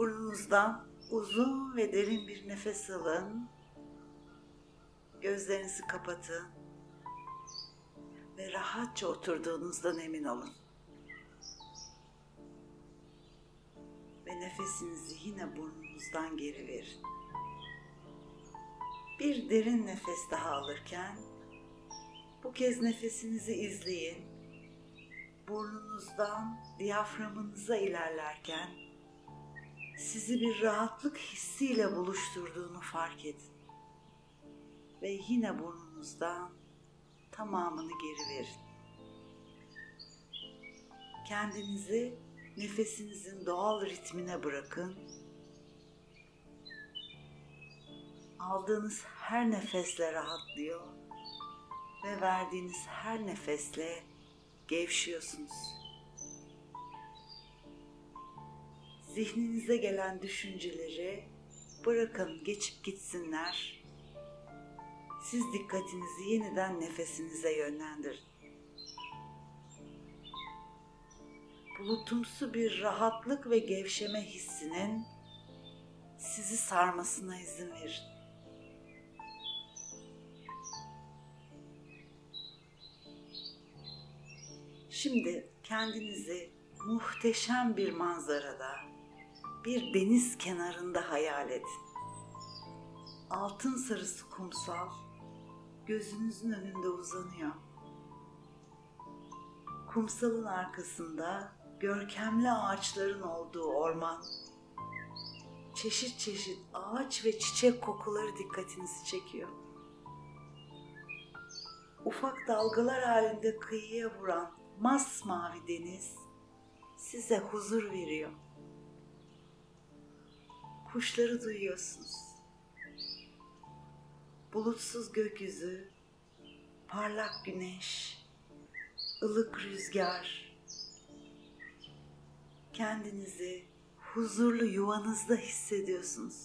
Burnunuzdan uzun ve derin bir nefes alın. Gözlerinizi kapatın ve rahatça oturduğunuzdan emin olun. Ve nefesinizi yine burnunuzdan geri verin. Bir derin nefes daha alırken bu kez nefesinizi izleyin. Burnunuzdan diyaframınıza ilerlerken sizi bir rahatlık hissiyle buluşturduğunu fark edin. Ve yine burnunuzdan tamamını geri verin. Kendinizi nefesinizin doğal ritmine bırakın. Aldığınız her nefesle rahatlıyor ve verdiğiniz her nefesle gevşiyorsunuz. Zihninize gelen düşünceleri bırakın geçip gitsinler. Siz dikkatinizi yeniden nefesinize yönlendirin. Bulutumsu bir rahatlık ve gevşeme hissinin sizi sarmasına izin verin. Şimdi kendinizi muhteşem bir manzarada, bir deniz kenarında hayal edin. Altın sarısı kumsal gözünüzün önünde uzanıyor. Kumsalın arkasında görkemli ağaçların olduğu orman, çeşit çeşit ağaç ve çiçek kokuları dikkatinizi çekiyor. Ufak dalgalar halinde kıyıya vuran masmavi deniz size huzur veriyor. Kuşları duyuyorsunuz. Bulutsuz gökyüzü, parlak güneş, ılık rüzgar. Kendinizi huzurlu yuvanızda hissediyorsunuz.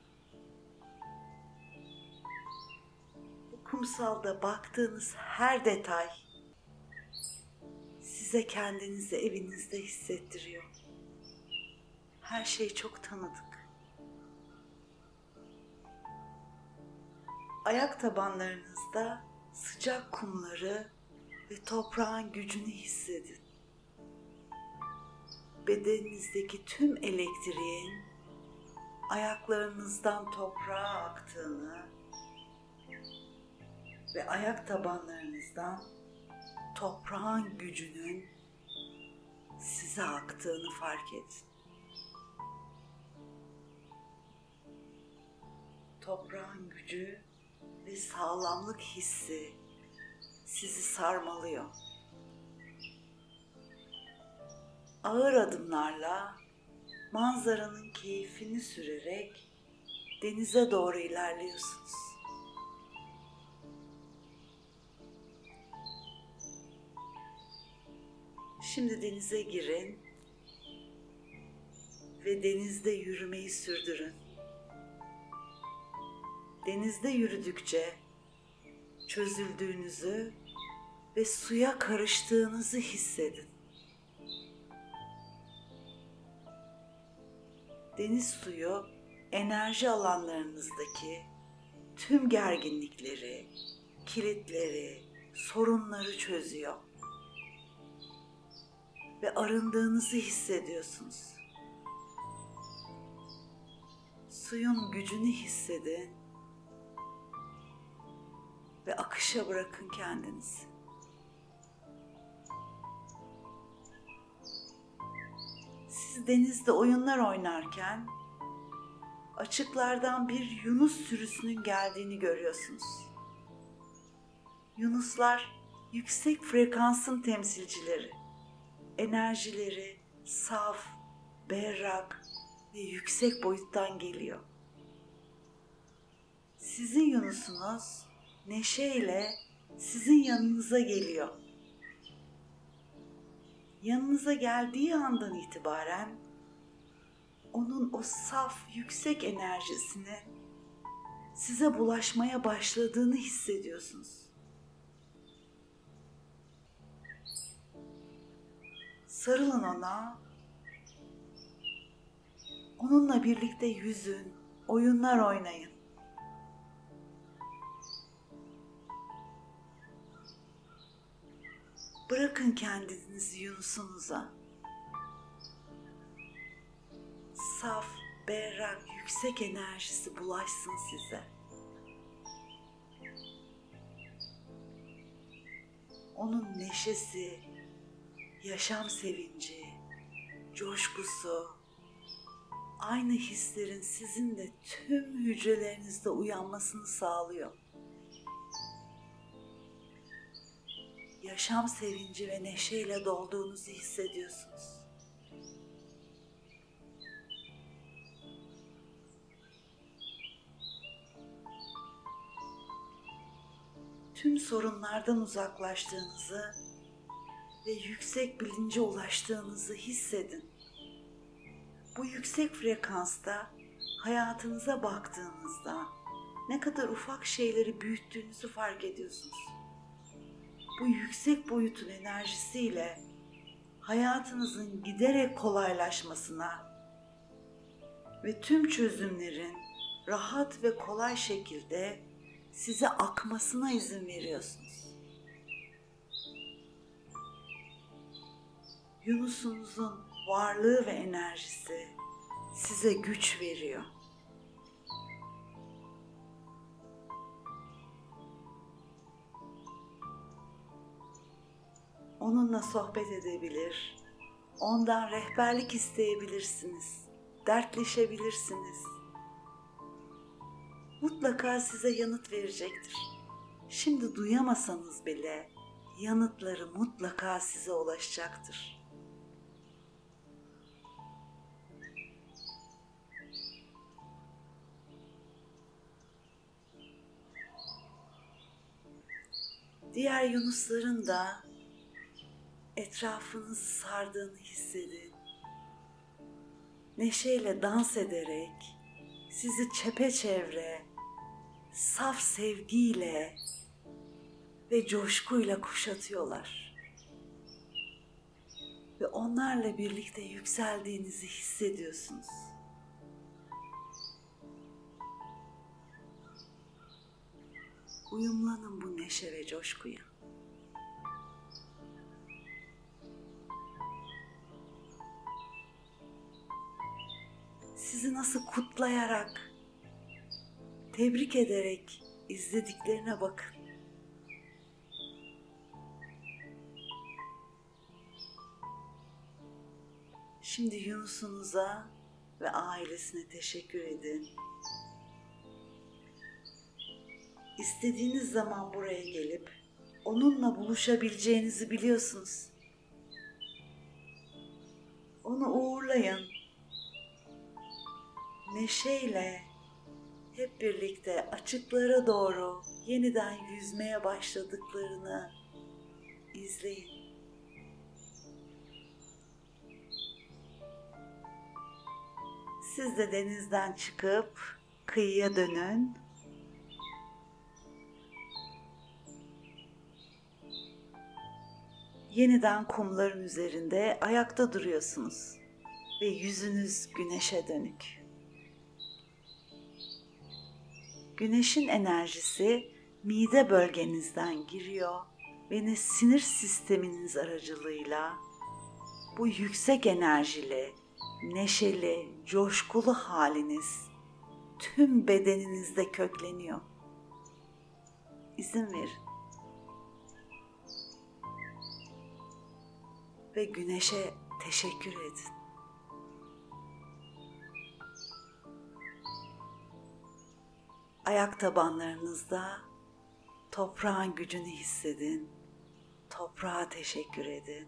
Bu kumsalda baktığınız her detay size kendinizi evinizde hissettiriyor. Her şey çok tanıdık. Ayak tabanlarınızda sıcak kumları ve toprağın gücünü hissedin. Bedeninizdeki tüm elektriğin ayaklarınızdan toprağa aktığını ve ayak tabanlarınızdan toprağın gücünün size aktığını fark edin. Toprağın gücü ve sağlamlık hissi sizi sarmalıyor. Ağır adımlarla manzaranın keyfini sürerek denize doğru ilerliyorsunuz. Şimdi denize girin ve denizde yürümeyi sürdürün. Denizde yürüdükçe çözüldüğünüzü ve suya karıştığınızı hissedin. Deniz suyu enerji alanlarınızdaki tüm gerginlikleri, kilitleri, sorunları çözüyor. Ve arındığınızı hissediyorsunuz. Suyun gücünü hissedin ve akışa bırakın kendinizi. Siz denizde oyunlar oynarken açıklardan bir yunus sürüsünün geldiğini görüyorsunuz. Yunuslar yüksek frekansın temsilcileri. Enerjileri saf, berrak ve yüksek boyuttan geliyor. Sizin yunusunuz neşeyle sizin yanınıza geliyor. Yanınıza geldiği andan itibaren onun o saf, yüksek enerjisini size bulaşmaya başladığını hissediyorsunuz. Sarılın ona, Onunla birlikte yüzün, oyunlar oynayın. Bırakın kendinizi Yunus'unuza. Saf, berrak, yüksek enerjisi bulaşsın size. Onun neşesi, yaşam sevinci, coşkusu, aynı hislerin sizin de tüm hücrelerinizde uyanmasını sağlıyor. Yaşam sevinci ve neşeyle dolduğunuzu hissediyorsunuz. Tüm sorunlardan uzaklaştığınızı ve yüksek bilince ulaştığınızı hissedin. Bu yüksek frekansta hayatınıza baktığınızda ne kadar ufak şeyleri büyüttüğünüzü fark ediyorsunuz. Bu yüksek boyutun enerjisiyle hayatınızın giderek kolaylaşmasına ve tüm çözümlerin rahat ve kolay şekilde size akmasına izin veriyorsunuz. Yunus'unuzun varlığı ve enerjisi size güç veriyor. Onunla sohbet edebilir, ondan rehberlik isteyebilirsiniz, dertleşebilirsiniz. Mutlaka size yanıt verecektir. Şimdi duyamasanız bile yanıtları mutlaka size ulaşacaktır. Diğer yunusların da etrafınızı sardığını hissedin. Neşeyle dans ederek sizi çepeçevre, saf sevgiyle ve coşkuyla kuşatıyorlar. Ve onlarla birlikte yükseldiğinizi hissediyorsunuz. Uyumlanın bu neşe ve coşkuya. Sizi nasıl kutlayarak, tebrik ederek izlediklerine bakın. Şimdi Yunus'unuza ve ailesine teşekkür edin. İstediğiniz zaman buraya gelip onunla buluşabileceğinizi biliyorsunuz. Onu uğurlayın. Neşeyle hep birlikte açıklara doğru yeniden yüzmeye başladıklarını izleyin. Siz de denizden çıkıp kıyıya dönün. Yeniden kumların üzerinde ayakta duruyorsunuz ve yüzünüz güneşe dönük. Güneşin enerjisi mide bölgenizden giriyor ve sinir sisteminiz aracılığıyla bu yüksek enerjili, neşeli, coşkulu haliniz tüm bedeninizde kökleniyor. İzin verin. Ve güneşe teşekkür edin. Ayak tabanlarınızda toprağın gücünü hissedin. Toprağa teşekkür edin.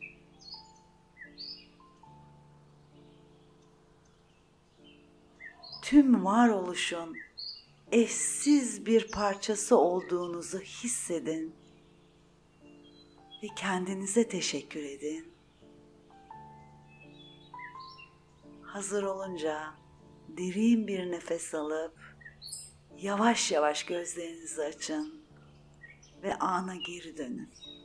Tüm varoluşun eşsiz bir parçası olduğunuzu hissedin ve kendinize teşekkür edin. Hazır olunca derin bir nefes alıp yavaş yavaş gözlerinizi açın ve ana geri dönün.